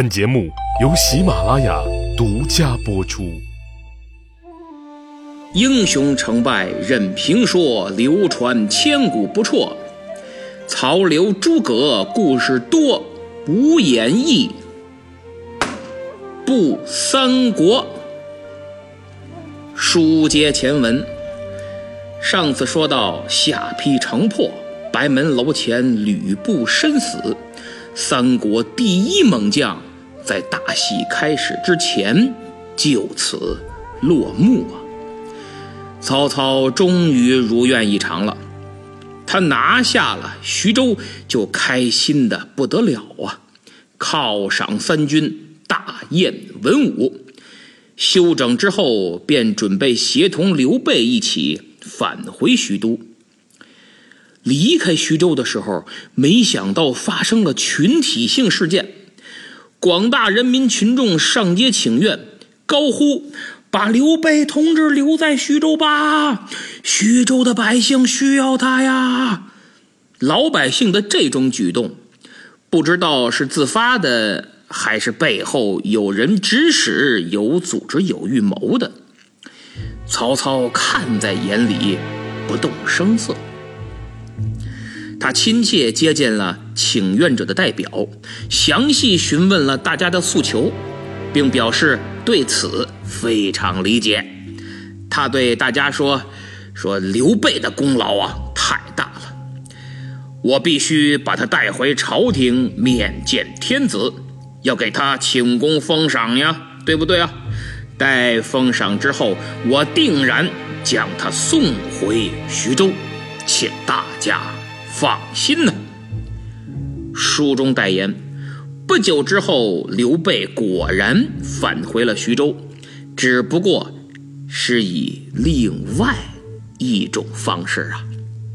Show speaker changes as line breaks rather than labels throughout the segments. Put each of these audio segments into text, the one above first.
本节目由喜马拉雅独家播出。
英雄成败任评说，流传千古不辍。曹刘诸葛故事多，无演义不三国。书接前文，上次说到下邳城破，白门楼前吕布身死，三国第一猛将在大戏开始之前就此落幕啊！曹操终于如愿以偿了，他拿下了徐州，就开心的不得了啊！犒赏三军，大宴文武，休整之后，便准备协同刘备一起返回徐都。离开徐州的时候，没想到发生了群体性事件，广大人民群众上街请愿，高呼把刘备同志留在徐州吧，徐州的百姓需要他呀！老百姓的这种举动，不知道是自发的，还是背后有人指使，有组织有预谋的。曹操看在眼里，不动声色。他亲切接见了请愿者的代表，详细询问了大家的诉求，并表示对此非常理解。他对大家说刘备的功劳啊太大了，我必须把他带回朝廷面见天子，要给他请功封赏呀，对不对啊？待封赏之后，我定然将他送回徐州，请大家放心呢。书中代言，不久之后，刘备果然返回了徐州，只不过是以另外一种方式啊。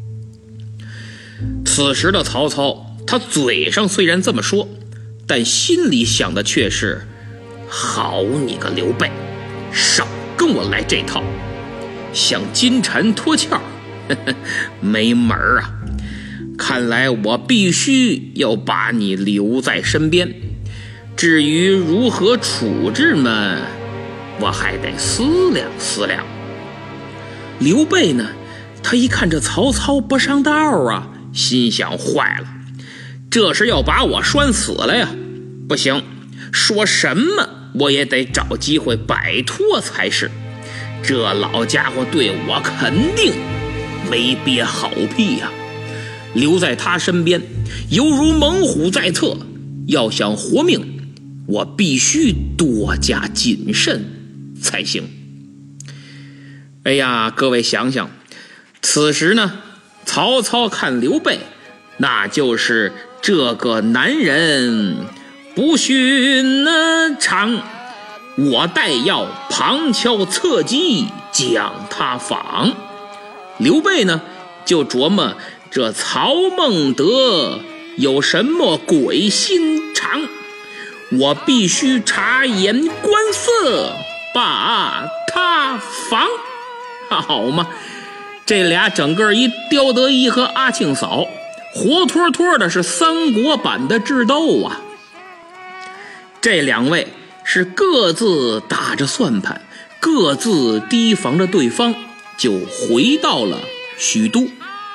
此时的曹操，他嘴上虽然这么说，但心里想的却是：好你个刘备，少跟我来这套，想金蝉脱壳，没门儿啊！看来我必须要把你留在身边，至于如何处置嘛，我还得思量思量。刘备呢，他一看这曹操不上道啊，心想坏了，这是要把我拴死了呀！不行，说什么我也得找机会摆脱才是。这老家伙对我肯定没憋好屁呀！留在他身边犹如猛虎在侧，要想活命，我必须多加谨慎才行。哎呀，各位想想，此时呢，曹操看刘备，那就是这个男人不寻常，我待要旁敲侧击将他访。刘备呢，就琢磨这曹孟德有什么鬼心肠，我必须察言观色，把他防。好嘛，这俩整个一刁德一和阿庆嫂，活脱脱的是三国版的智斗啊！这两位是各自打着算盘，各自提防着对方，就回到了许都。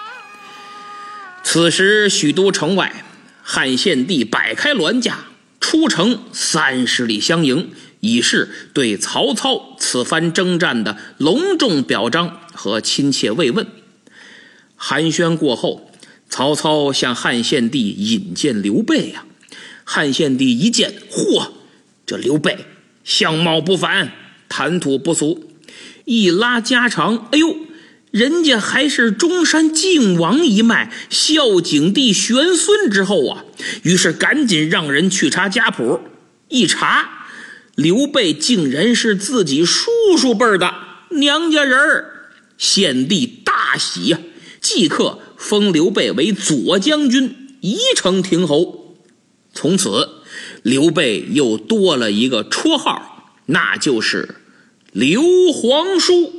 此时许都城外，汉献帝摆开銮驾，出城30里相迎，以示对曹操此番征战的隆重表彰和亲切慰问。寒暄过后，曹操向汉献帝引荐刘备啊。汉献帝一见，嚯，这刘备相貌不凡，谈吐不俗，一拉家常，哎呦，人家还是中山靖王一脉孝景帝玄孙之后啊。于是赶紧让人去查家谱，一查，刘备竟然是自己叔叔辈的娘家人儿。献帝大喜啊，即刻封刘备为左将军，宜城亭侯。从此刘备又多了一个绰号，那就是刘皇叔。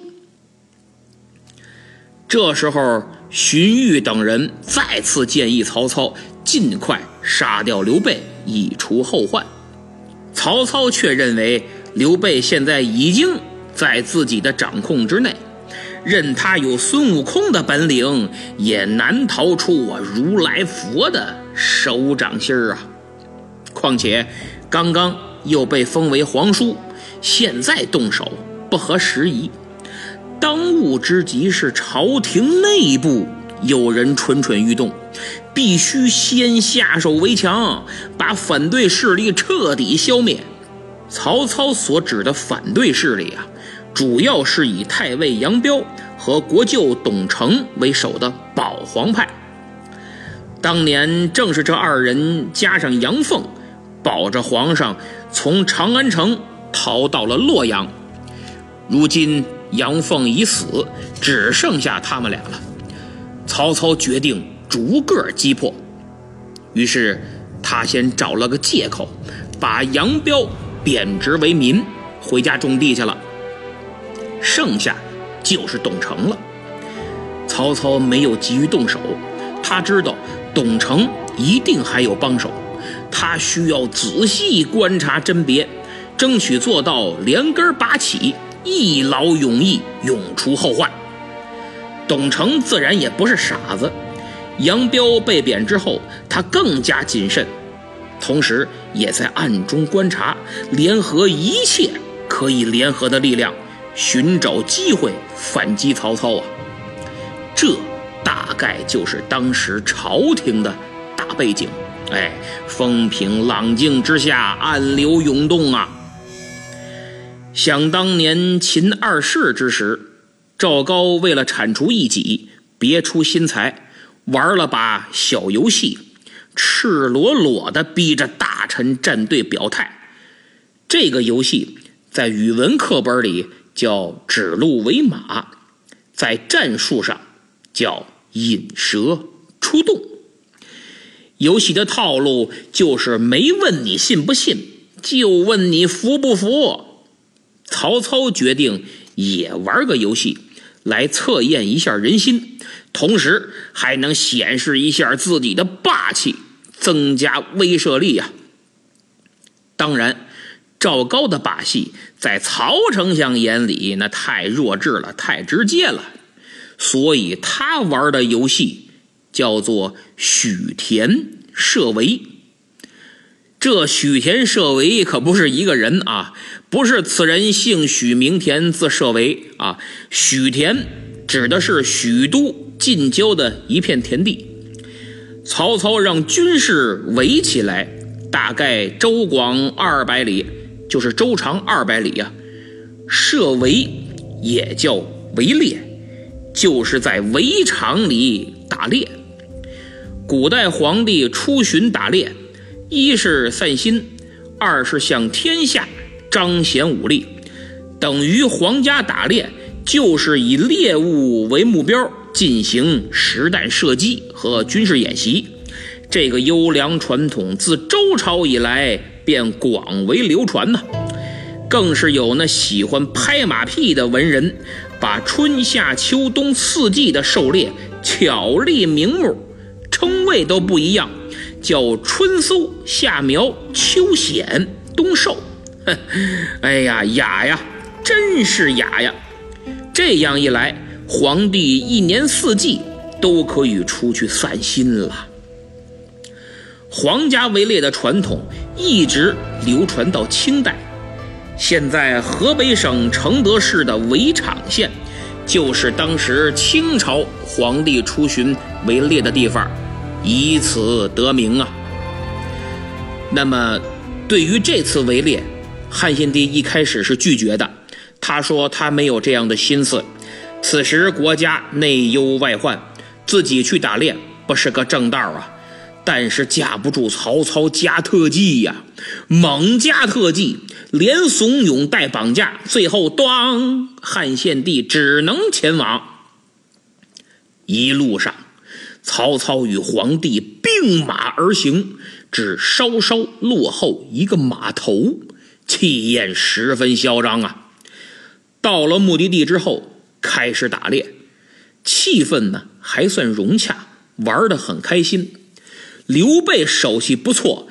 这时候荀彧等人再次建议曹操尽快杀掉刘备，以除后患。 曹操却认为刘备现在已经在自己的掌控之内，任他有孙悟空的本领，也难逃出我如来佛的手掌心啊！况且刚刚又被封为皇叔，现在动手不合时宜。当务之急是朝廷内部有人蠢蠢欲动，必须先下手为强，把反对势力彻底消灭。曹操所指的反对势力啊，主要是以太尉杨彪和国舅董承为首的保皇派。当年正是这二人加上杨凤，保着皇上从长安城逃到了洛阳。如今杨凤已死，只剩下他们俩了。曹操决定逐个击破，于是他先找了个借口，把杨彪贬职为民，回家种地去了。剩下就是董承了。曹操没有急于动手，他知道董承一定还有帮手，他需要仔细观察甄别，争取做到连根拔起，一劳永逸，永除后患。董承自然也不是傻子，杨彪被贬之后，他更加谨慎，同时也在暗中观察，联合一切可以联合的力量，寻找机会反击曹操啊！这大概就是当时朝廷的大背景。风平浪静之下，暗流涌动啊！想当年秦二世之时，赵高为了铲除异己，别出心裁，玩了把小游戏，赤裸裸地逼着大臣站队表态。这个游戏在语文课本里叫指鹿为马，在战术上叫引蛇出洞。游戏的套路就是没问你信不信，就问你服不服。曹操决定也玩个游戏，来测验一下人心，同时还能显示一下自己的霸气，增加威慑力啊！当然，赵高的把戏在曹丞相眼里那太弱智了，太直接了，所以他玩的游戏叫做许田设围。这许田设围可不是一个人啊，不是此人姓许名田字设围啊，许田指的是许都近郊的一片田地。曹操让军士围起来，大概周广200里，就是周长200里啊。设围也叫围猎，就是在围场里打猎。古代皇帝出巡打猎，一是散心，二是向天下彰显武力，等于皇家打猎就是以猎物为目标进行实弹射击和军事演习。这个优良传统自周朝以来便广为流传呢。更是有那喜欢拍马屁的文人，把春夏秋冬4季的狩猎巧立名目，称谓都不一样，叫春搜、夏苗、秋显、冬狩。哎呀，雅呀，真是雅呀！这样一来，皇帝1年4季都可以出去散心了。皇家围猎的传统一直流传到清代，现在河北省承德市的围场县就是当时清朝皇帝出巡围猎的地方，以此得名啊。那么对于这次围猎，汉献帝一开始是拒绝的，他说他没有这样的心思，此时国家内忧外患，自己去打猎不是个正道啊。但是架不住曹操加特技呀，猛加特技，连怂恿带绑架，最后当汉献帝只能前往。一路上曹操与皇帝并马而行，只稍稍落后一个马头，气焰十分嚣张啊。到了目的地之后，开始打猎，气氛呢还算融洽，玩得很开心。刘备手气不错，大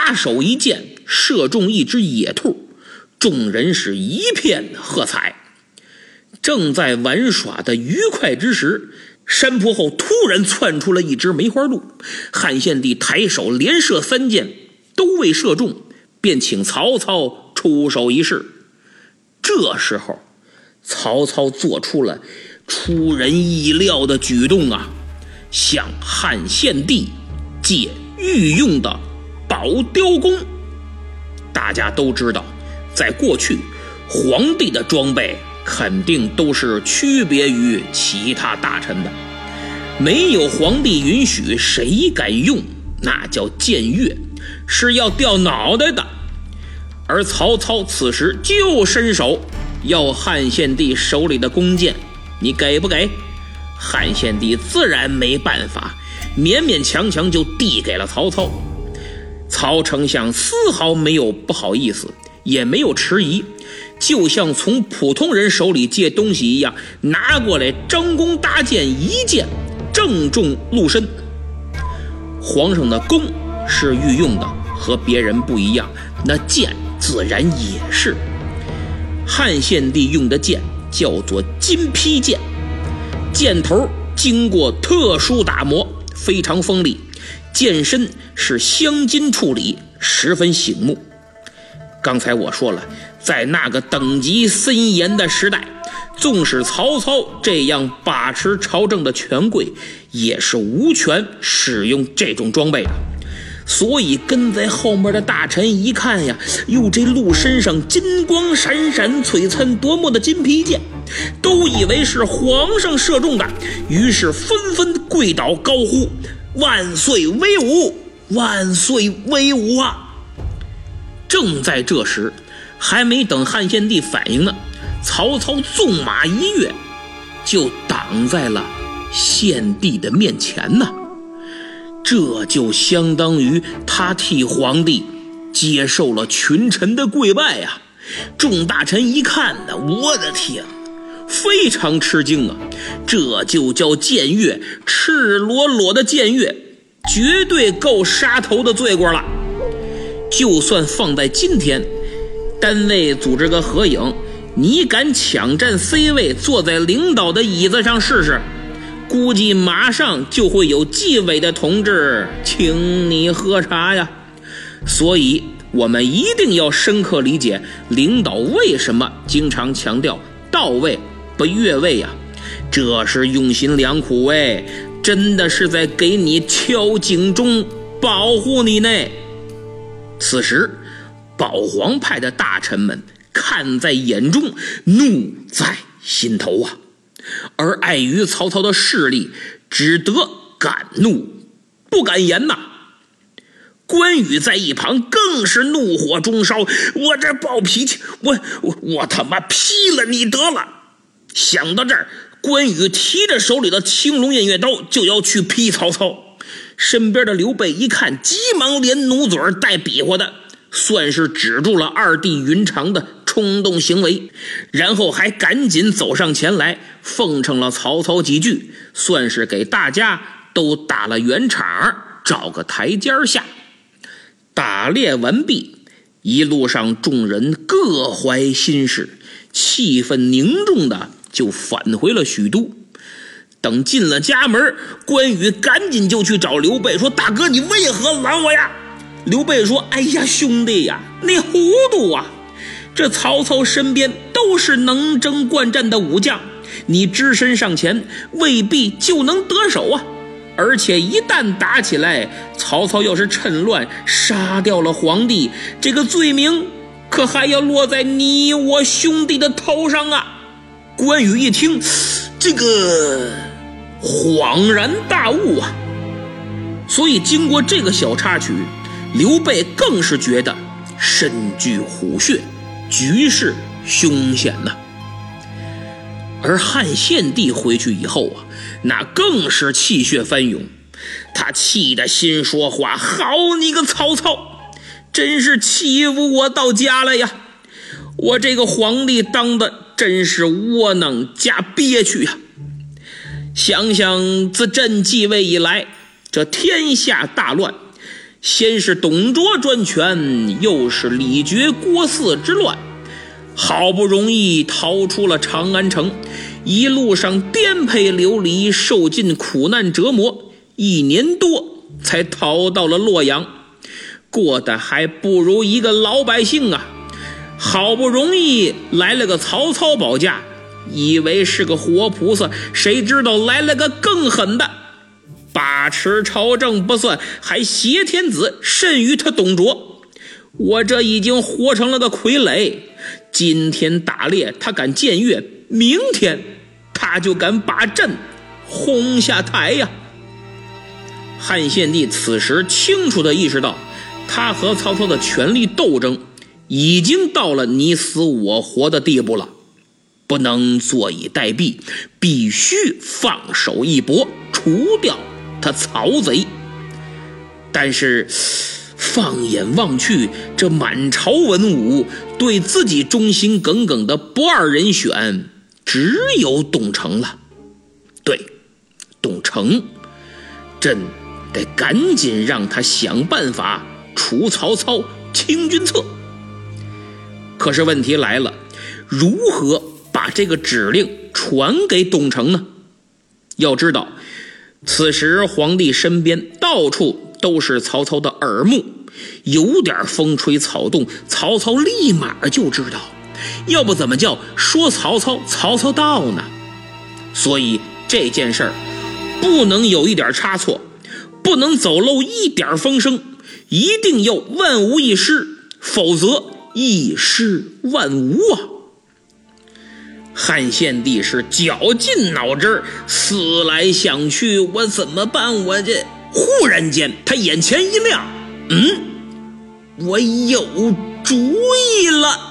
拔手一箭射中一只野兔，众人是一片喝彩。正在玩耍的愉快之时，山坡后突然窜出了一只梅花鹿，汉献帝抬手连射3箭，都未射中，便请曹操出手一试。这时候曹操做出了出人意料的举动啊，向汉献帝借御用的宝雕弓。大家都知道，在过去皇帝的装备肯定都是区别于其他大臣的，没有皇帝允许谁敢用，那叫僭越，是要掉脑袋的。而曹操此时就伸手要汉献帝手里的弓箭，你给不给？汉献帝自然没办法，勉勉强强就递给了曹操。曹丞相丝毫没有不好意思，也没有迟疑，就像从普通人手里借东西一样，拿过来张弓搭箭，一箭正中鹿身。皇上的弓是御用的，和别人不一样，那箭自然也是。汉献帝用的箭叫做金披箭，箭头经过特殊打磨，非常锋利，箭身是镶金处理，十分醒目。刚才我说了，在那个等级森严的时代，纵使曹操这样把持朝政的权贵，也是无权使用这种装备的。所以跟在后面的大臣一看呀，哟，这鹿身上金光闪闪，璀璨夺目的金披箭，都以为是皇上射中的，于是纷纷跪倒高呼：万岁威武，万岁威武啊！正在这时，还没等汉献帝反应呢，曹操纵马一跃，就挡在了献帝的面前呢。这就相当于他替皇帝接受了群臣的跪拜啊！众大臣一看呢，我的天，非常吃惊啊！这就叫僭越，赤裸裸的僭越，绝对够杀头的罪过了。就算放在今天，单位组织个合影，你敢抢占 C 位，坐在领导的椅子上试试，估计马上就会有纪委的同志请你喝茶呀。所以我们一定要深刻理解领导为什么经常强调到位不越位呀，这是用心良苦哎，真的是在给你敲警钟，保护你呢。此时保皇派的大臣们看在眼中，怒在心头啊，而碍于曹操的势力，只得敢怒不敢言呐。关羽在一旁更是怒火中烧，我这暴脾气，我他妈劈了你得了。想到这儿，关羽提着手里的青龙偃月刀就要去劈曹操。身边的刘备一看，急忙连努嘴带比划的，算是止住了二弟云长的冲动行为，然后还赶紧走上前来奉承了曹操几句，算是给大家都打了圆场，找个台阶下。打猎完毕，一路上众人各怀心事，气氛凝重的就返回了许都。等进了家门，关羽赶紧就去找刘备说：大哥，你为何拦我呀？刘备说：哎呀兄弟呀，你糊涂啊，这曹操身边都是能征惯战的武将，你只身上前未必就能得手啊。而且一旦打起来，曹操要是趁乱杀掉了皇帝，这个罪名可还要落在你我兄弟的头上啊。关羽一听，这个恍然大悟啊。所以经过这个小插曲，刘备更是觉得身具虎穴，局势凶险呐。而汉献帝回去以后啊，那更是气血翻涌，他气得心说话：好你个曹操，真是欺负我到家了呀！我这个皇帝当的真是窝囊加憋屈啊！想想自朕继位以来，这天下大乱， 先是董卓专权，又是李傕郭汜之乱，好不容易逃出了长安城，一路上颠沛流离，受尽苦难折磨，1年多才逃到了洛阳，过得还不如一个老百姓啊。好不容易来了个曹操保驾，以为是个活菩萨，谁知道来了个更狠的，把持朝政不算，还挟天子，甚于他董卓。我这已经活成了个傀儡，今天打猎他敢僭越，明天他就敢把朕轰下台呀。汉献帝此时清楚地意识到，他和曹操的权力斗争已经到了你死我活的地步了，不能坐以待毙，必须放手一搏，除掉他曹贼。但是放眼望去，这满朝文武对自己忠心耿耿的不二人选只有董承了。对，董承，朕得赶紧让他想办法除曹操，清君侧。可是问题来了，如何把这个指令传给董承呢？要知道，此时皇帝身边到处都是曹操的耳目，有点风吹草动，曹操立马就知道，要不怎么叫说曹操曹操到呢？所以这件事儿不能有一点差错，不能走漏一点风声，一定要万无一失，否则一失万无啊！汉献帝是绞尽脑汁，思来想去，我怎么办？我这忽然间他眼前一亮，我有主意了。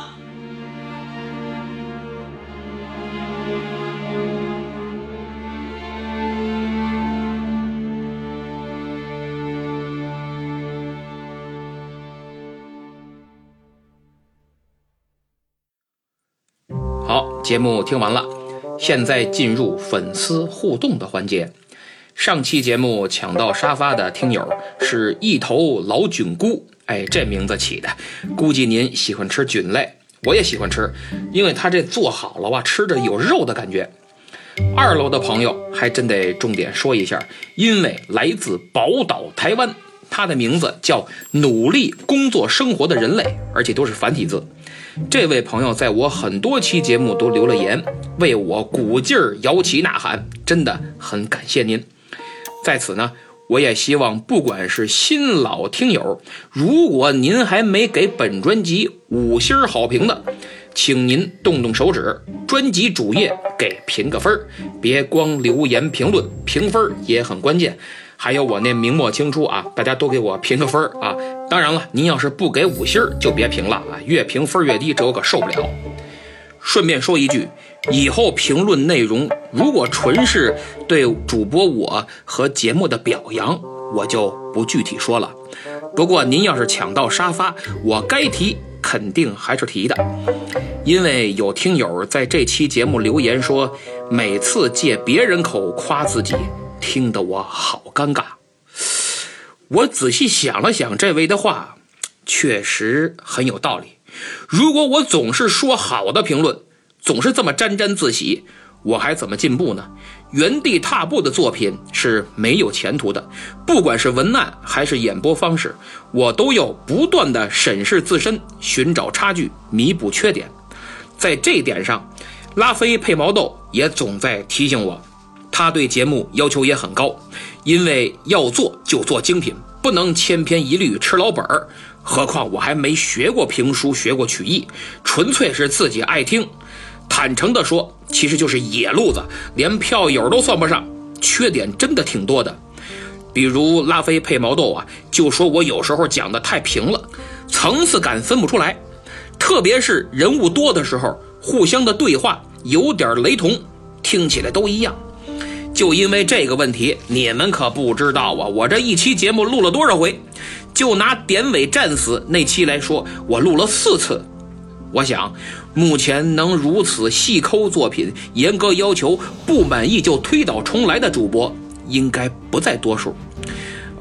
好，节目听完了，现在进入粉丝互动的环节。上期节目抢到沙发的听友是一头老菌菇，这名字起的，估计您喜欢吃菌类，我也喜欢吃，因为它这做好了啊，吃着有肉的感觉。2楼的朋友还真得重点说一下，因为来自宝岛台湾，他的名字叫努力工作生活的人类，而且都是繁体字。这位朋友在我很多期节目都留了言，为我鼓劲儿摇旗呐喊，真的很感谢您。在此呢，我也希望不管是新老听友，如果您还没给本专辑5星好评的，请您动动手指，专辑主页给评个分，别光留言评论，评分也很关键。还有我那明末清初啊，大家都给我评个分啊！当然了，您要是不给5星就别评了啊，越评分越低，这我可受不了。顺便说一句，以后评论内容如果纯是对主播我和节目的表扬，我就不具体说了。不过您要是抢到沙发，我该提肯定还是提的。因为有听友在这期节目留言说，每次借别人口夸自己，听得我好尴尬。我仔细想了想这位的话，确实很有道理。如果我总是说好的评论，总是这么沾沾自喜，我还怎么进步呢？原地踏步的作品是没有前途的，不管是文案还是演播方式，我都要不断的审视自身，寻找差距，弥补缺点。在这一点上，拉菲配毛豆也总在提醒我，他对节目要求也很高，因为要做就做精品，不能千篇一律吃老本儿。何况我还没学过评书，学过曲艺，纯粹是自己爱听。坦诚地说，其实就是野路子，连票友都算不上，缺点真的挺多的。比如拉菲配毛豆啊，就说我有时候讲的太平了，层次感分不出来，特别是人物多的时候，互相的对话有点雷同，听起来都一样。就因为这个问题，你们可不知道啊，我这一期节目录了多少回。就拿典韦战死那期来说，我录了4次。我想目前能如此细抠作品，严格要求，不满意就推倒重来的主播应该不在多数。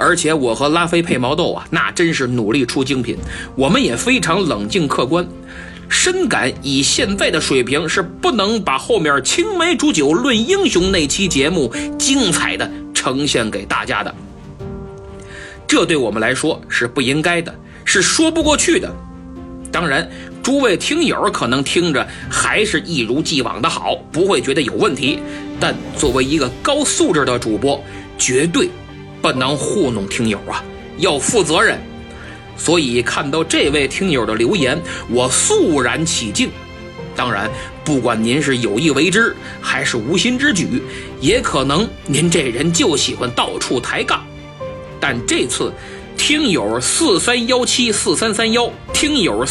而且我和拉菲配毛豆啊，那真是努力出精品，我们也非常冷静客观，深感以现在的水平是不能把后面青梅煮酒论英雄那期节目精彩的呈现给大家的。这对我们来说是不应该的，是说不过去的。当然诸位听友可能听着还是一如既往的好，不会觉得有问题，但作为一个高素质的主播，绝对不能糊弄听友啊，要负责任。所以看到这位听友的留言，我肃然起敬。当然不管您是有意为之还是无心之举，也可能您这人就喜欢到处抬杠。但这次听友43174331，听友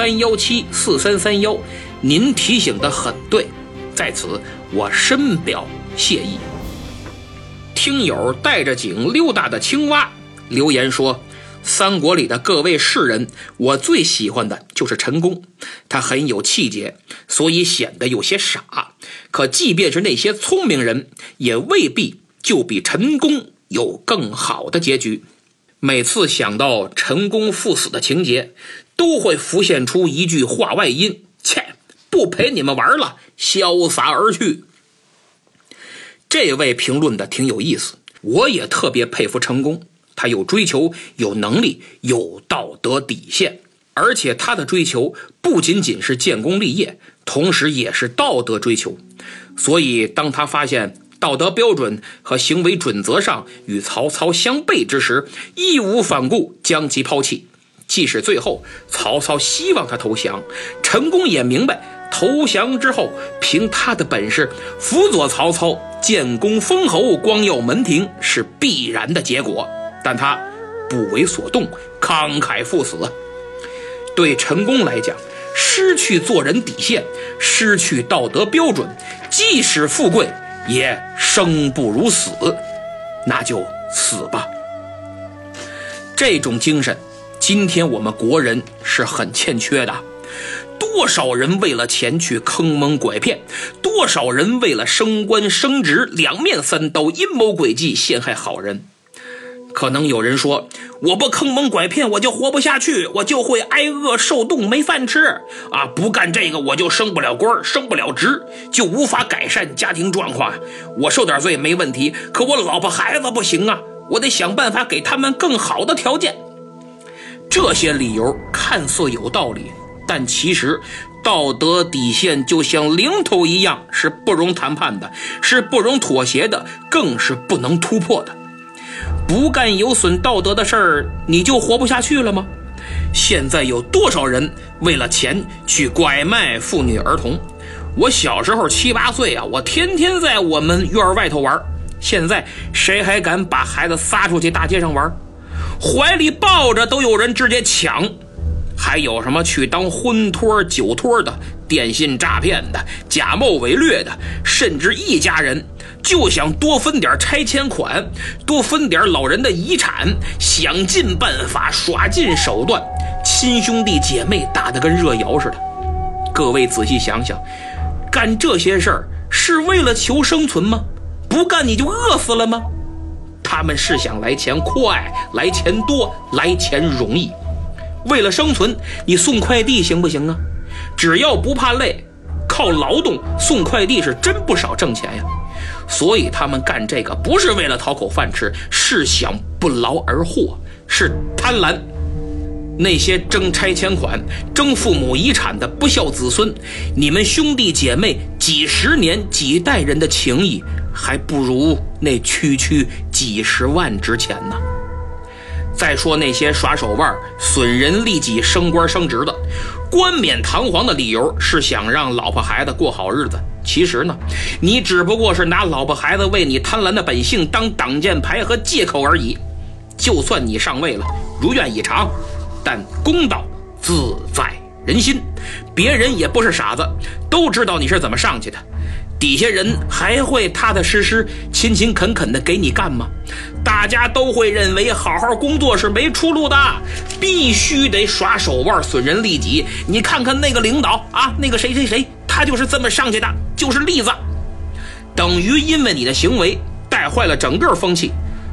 43174331，您提醒得很对，在此我深表谢意。听友带着井溜达的青蛙留言说，三国里的各位士人，我最喜欢的就是陈宫，他很有气节，所以显得有些傻，可即便是那些聪明人，也未必就比陈宫有更好的结局。每次想到陈宫赴死的情节，都会浮现出一句话外音，切，不陪你们玩了，潇洒而去。这位评论的挺有意思，我也特别佩服陈宫，他有追求，有能力，有道德底线，而且他的追求不仅仅是建功立业，同时也是道德追求。所以当他发现道德标准和行为准则上与曹操相悖之时，义无反顾将其抛弃。即使最后曹操希望他投降，陈宫也明白投降之后凭他的本事辅佐曹操建功封侯，光耀门庭是必然的结果，但他不为所动，慷慨赴死。对陈宫来讲，失去做人底线，失去道德标准，即使富贵也生不如死，那就死吧。这种精神今天我们国人是很欠缺的。多少人为了钱去坑蒙拐骗，多少人为了升官升职两面三刀，阴谋诡计陷害好人。可能有人说，我不坑蒙拐骗我就活不下去，我就会挨饿受冻没饭吃啊！不干这个我就升不了官升不了职，就无法改善家庭状况。我受点罪没问题，可我老婆孩子不行啊，我得想办法给他们更好的条件。这些理由看似有道理，但其实道德底线就像零头一样，是不容谈判的，是不容妥协的，更是不能突破的。不干有损道德的事儿，你就活不下去了吗？现在有多少人为了钱去拐卖妇女儿童？我小时候7、8岁啊，我天天在我们院外头玩，现在谁还敢把孩子撒出去大街上玩？怀里抱着都有人直接抢。还有什么去当婚托酒托的，电信诈骗的，假冒伪劣的，甚至一家人就想多分点拆迁款，多分点老人的遗产，想尽办法耍尽手段，亲兄弟姐妹打得跟热窑似的。各位仔细想想，干这些事儿是为了求生存吗？不干你就饿死了吗？他们是想来钱快，来钱多，来钱容易。为了生存，你送快递行不行啊？只要不怕累，靠劳动送快递是真不少挣钱呀。所以他们干这个不是为了讨口饭吃，是想不劳而获，是贪婪。那些争拆迁款、争父母遗产的不孝子孙，你们兄弟姐妹几十年几代人的情谊，还不如那区区几十万值钱呢。再说那些耍手腕、损人利己、升官升职的，冠冕堂皇的理由是想让老婆孩子过好日子，其实呢，你只不过是拿老婆孩子为你贪婪的本性当挡箭牌和借口而已。就算你上位了，如愿以偿，但公道自在人心，别人也不是傻子，都知道你是怎么上去的，底下人还会踏踏实实勤勤恳恳的给你干吗？大家都会认为好好工作是没出路的，必须得耍手腕损人利己。你看看那个领导啊，那个谁谁谁，他就是这么上去的，就是例子。等于因为你的行为带坏了整个风气，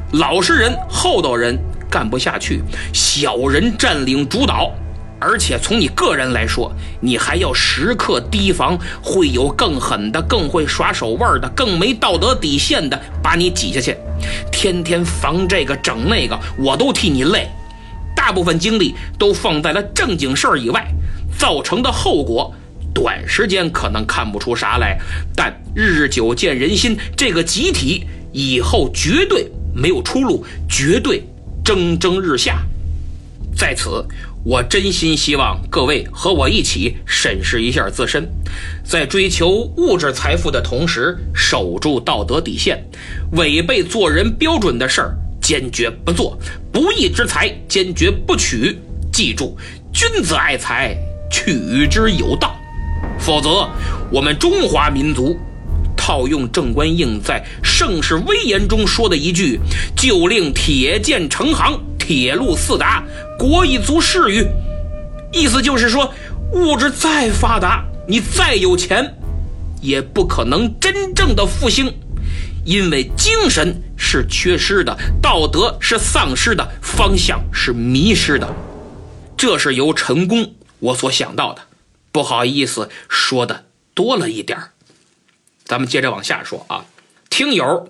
老实人厚道人干不下去，小人占领主导，而且从你个人来说，你还要时刻提防会有更狠的、更会耍手腕的、更没道德底线的把你挤下去。天天防这个整那个，我都替你累，大部分精力都放在了正经事儿以外，造成的后果短时间可能看不出啥来，但日久见人心，这个集体以后绝对没有出路，绝对蒸蒸日下。在此，我真心希望各位和我一起审视一下自身，在追求物质财富的同时，守住道德底线，违背做人标准的事儿坚决不做，不义之财坚决不取。记住，君子爱财，取之有道。否则，我们中华民族，套用郑观应在《盛世威严》中说的一句，就令铁剑成行，铁路四达，国一足恃于。意思就是说，物质再发达，你再有钱，也不可能真正的复兴，因为精神是缺失的，道德是丧失的，方向是迷失的。这是由陈公我所想到的，不好意思说的多了一点。咱们接着往下说啊，听友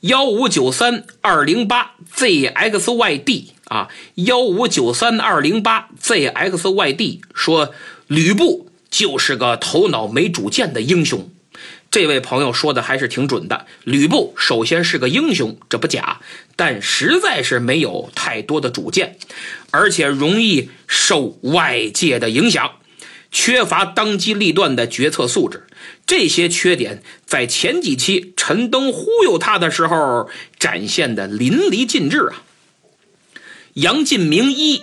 1593208ZXYD 啊1593208ZXYD 说吕布就是个头脑没主见的英雄。这位朋友说的还是挺准的，吕布首先是个英雄，这不假，但实在是没有太多的主见，而且容易受外界的影响，缺乏当机立断的决策素质。这些缺点在前几期陈登忽悠他的时候展现的淋漓尽致啊。杨进明一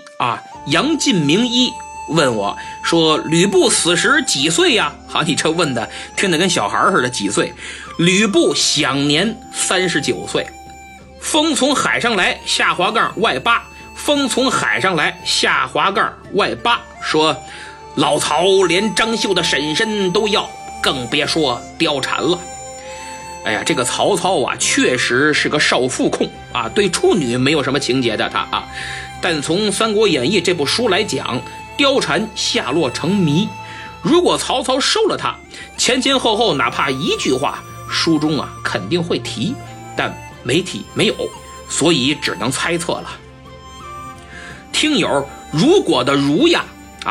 问我说，吕布死时几岁呀？好，你这问的听得跟小孩似的，几岁？吕布享年39岁。风从海上来下滑杠外八，风从海上来下滑杠外八，说老曹连张绣的婶婶都要，更别说貂蝉了。哎呀，这个曹操啊，确实是个少妇控啊，对处女没有什么情节的他啊。但从《三国演义》这部书来讲，貂蝉下落成谜。如果曹操收了他，前前后后哪怕一句话，书中啊肯定会提，但没提，没有，所以只能猜测了。听友如果的如呀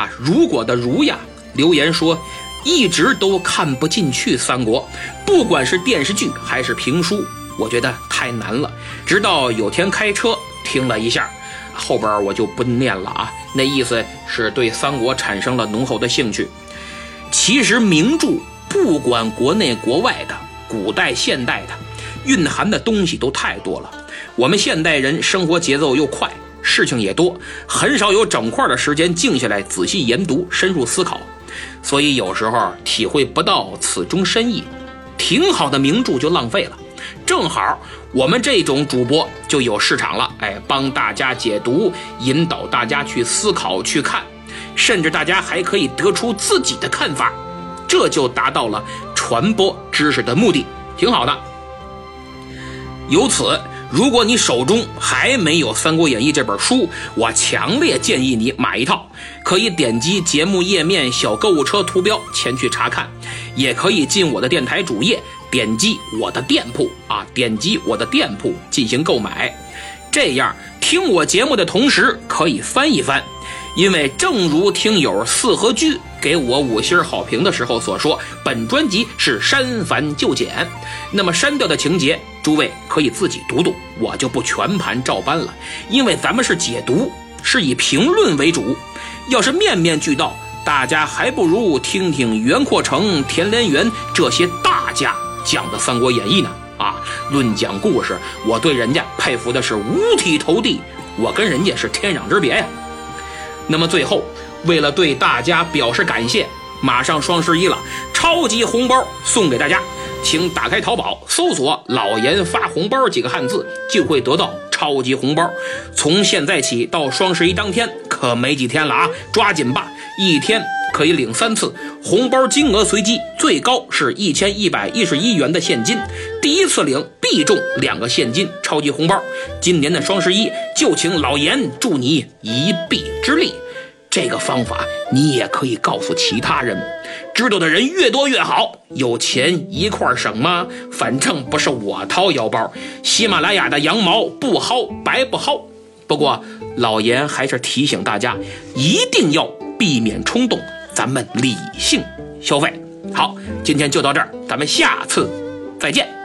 留言说，一直都看不进去三国，不管是电视剧还是评书，我觉得太难了。直到有天开车听了一下，后边我就不念了啊，那意思是对三国产生了浓厚的兴趣。其实名著不管国内国外的，古代现代的，蕴含的东西都太多了。我们现代人生活节奏又快，事情也多，很少有整块的时间静下来仔细研读深入思考，所以有时候体会不到此中深意，挺好的名著就浪费了。正好我们这种主播就有市场了，帮大家解读，引导大家去思考去看，甚至大家还可以得出自己的看法，这就达到了传播知识的目的，挺好的。由此，如果你手中还没有《三国演义》这本书，我强烈建议你买一套，可以点击节目页面小购物车图标前去查看，也可以进我的电台主页，点击我的店铺进行购买。这样听我节目的同时可以翻一翻，因为正如听友四合居给我5星好评的时候所说，本专辑是删繁就简，那么删掉的情节诸位可以自己读读，我就不全盘照搬了，因为咱们是解读，是以评论为主，要是面面俱到，大家还不如听听袁阔成、田连元这些大家讲的《三国演义》呢。论讲故事，我对人家佩服的是五体投地，我跟人家是天壤之别呀。那么最后，为了对大家表示感谢，马上双11了，超级红包送给大家，请打开淘宝搜索老严发红包几个汉字，就会得到超级红包。从现在起到双11当天， 可没几天了啊，抓紧吧！一天可以领3次，红包金额随机，最高是1111元的现金。第一次领必中2个现金超级红包。今年的双11就请老严助你一臂之力。这个方法你也可以告诉其他人，知道的人越多越好。有钱一块省吗？反正不是我掏腰包。喜马拉雅的羊毛不薅白不薅。不过老严还是提醒大家，一定要避免冲动，咱们理性消费。好，今天就到这儿，咱们下次再见。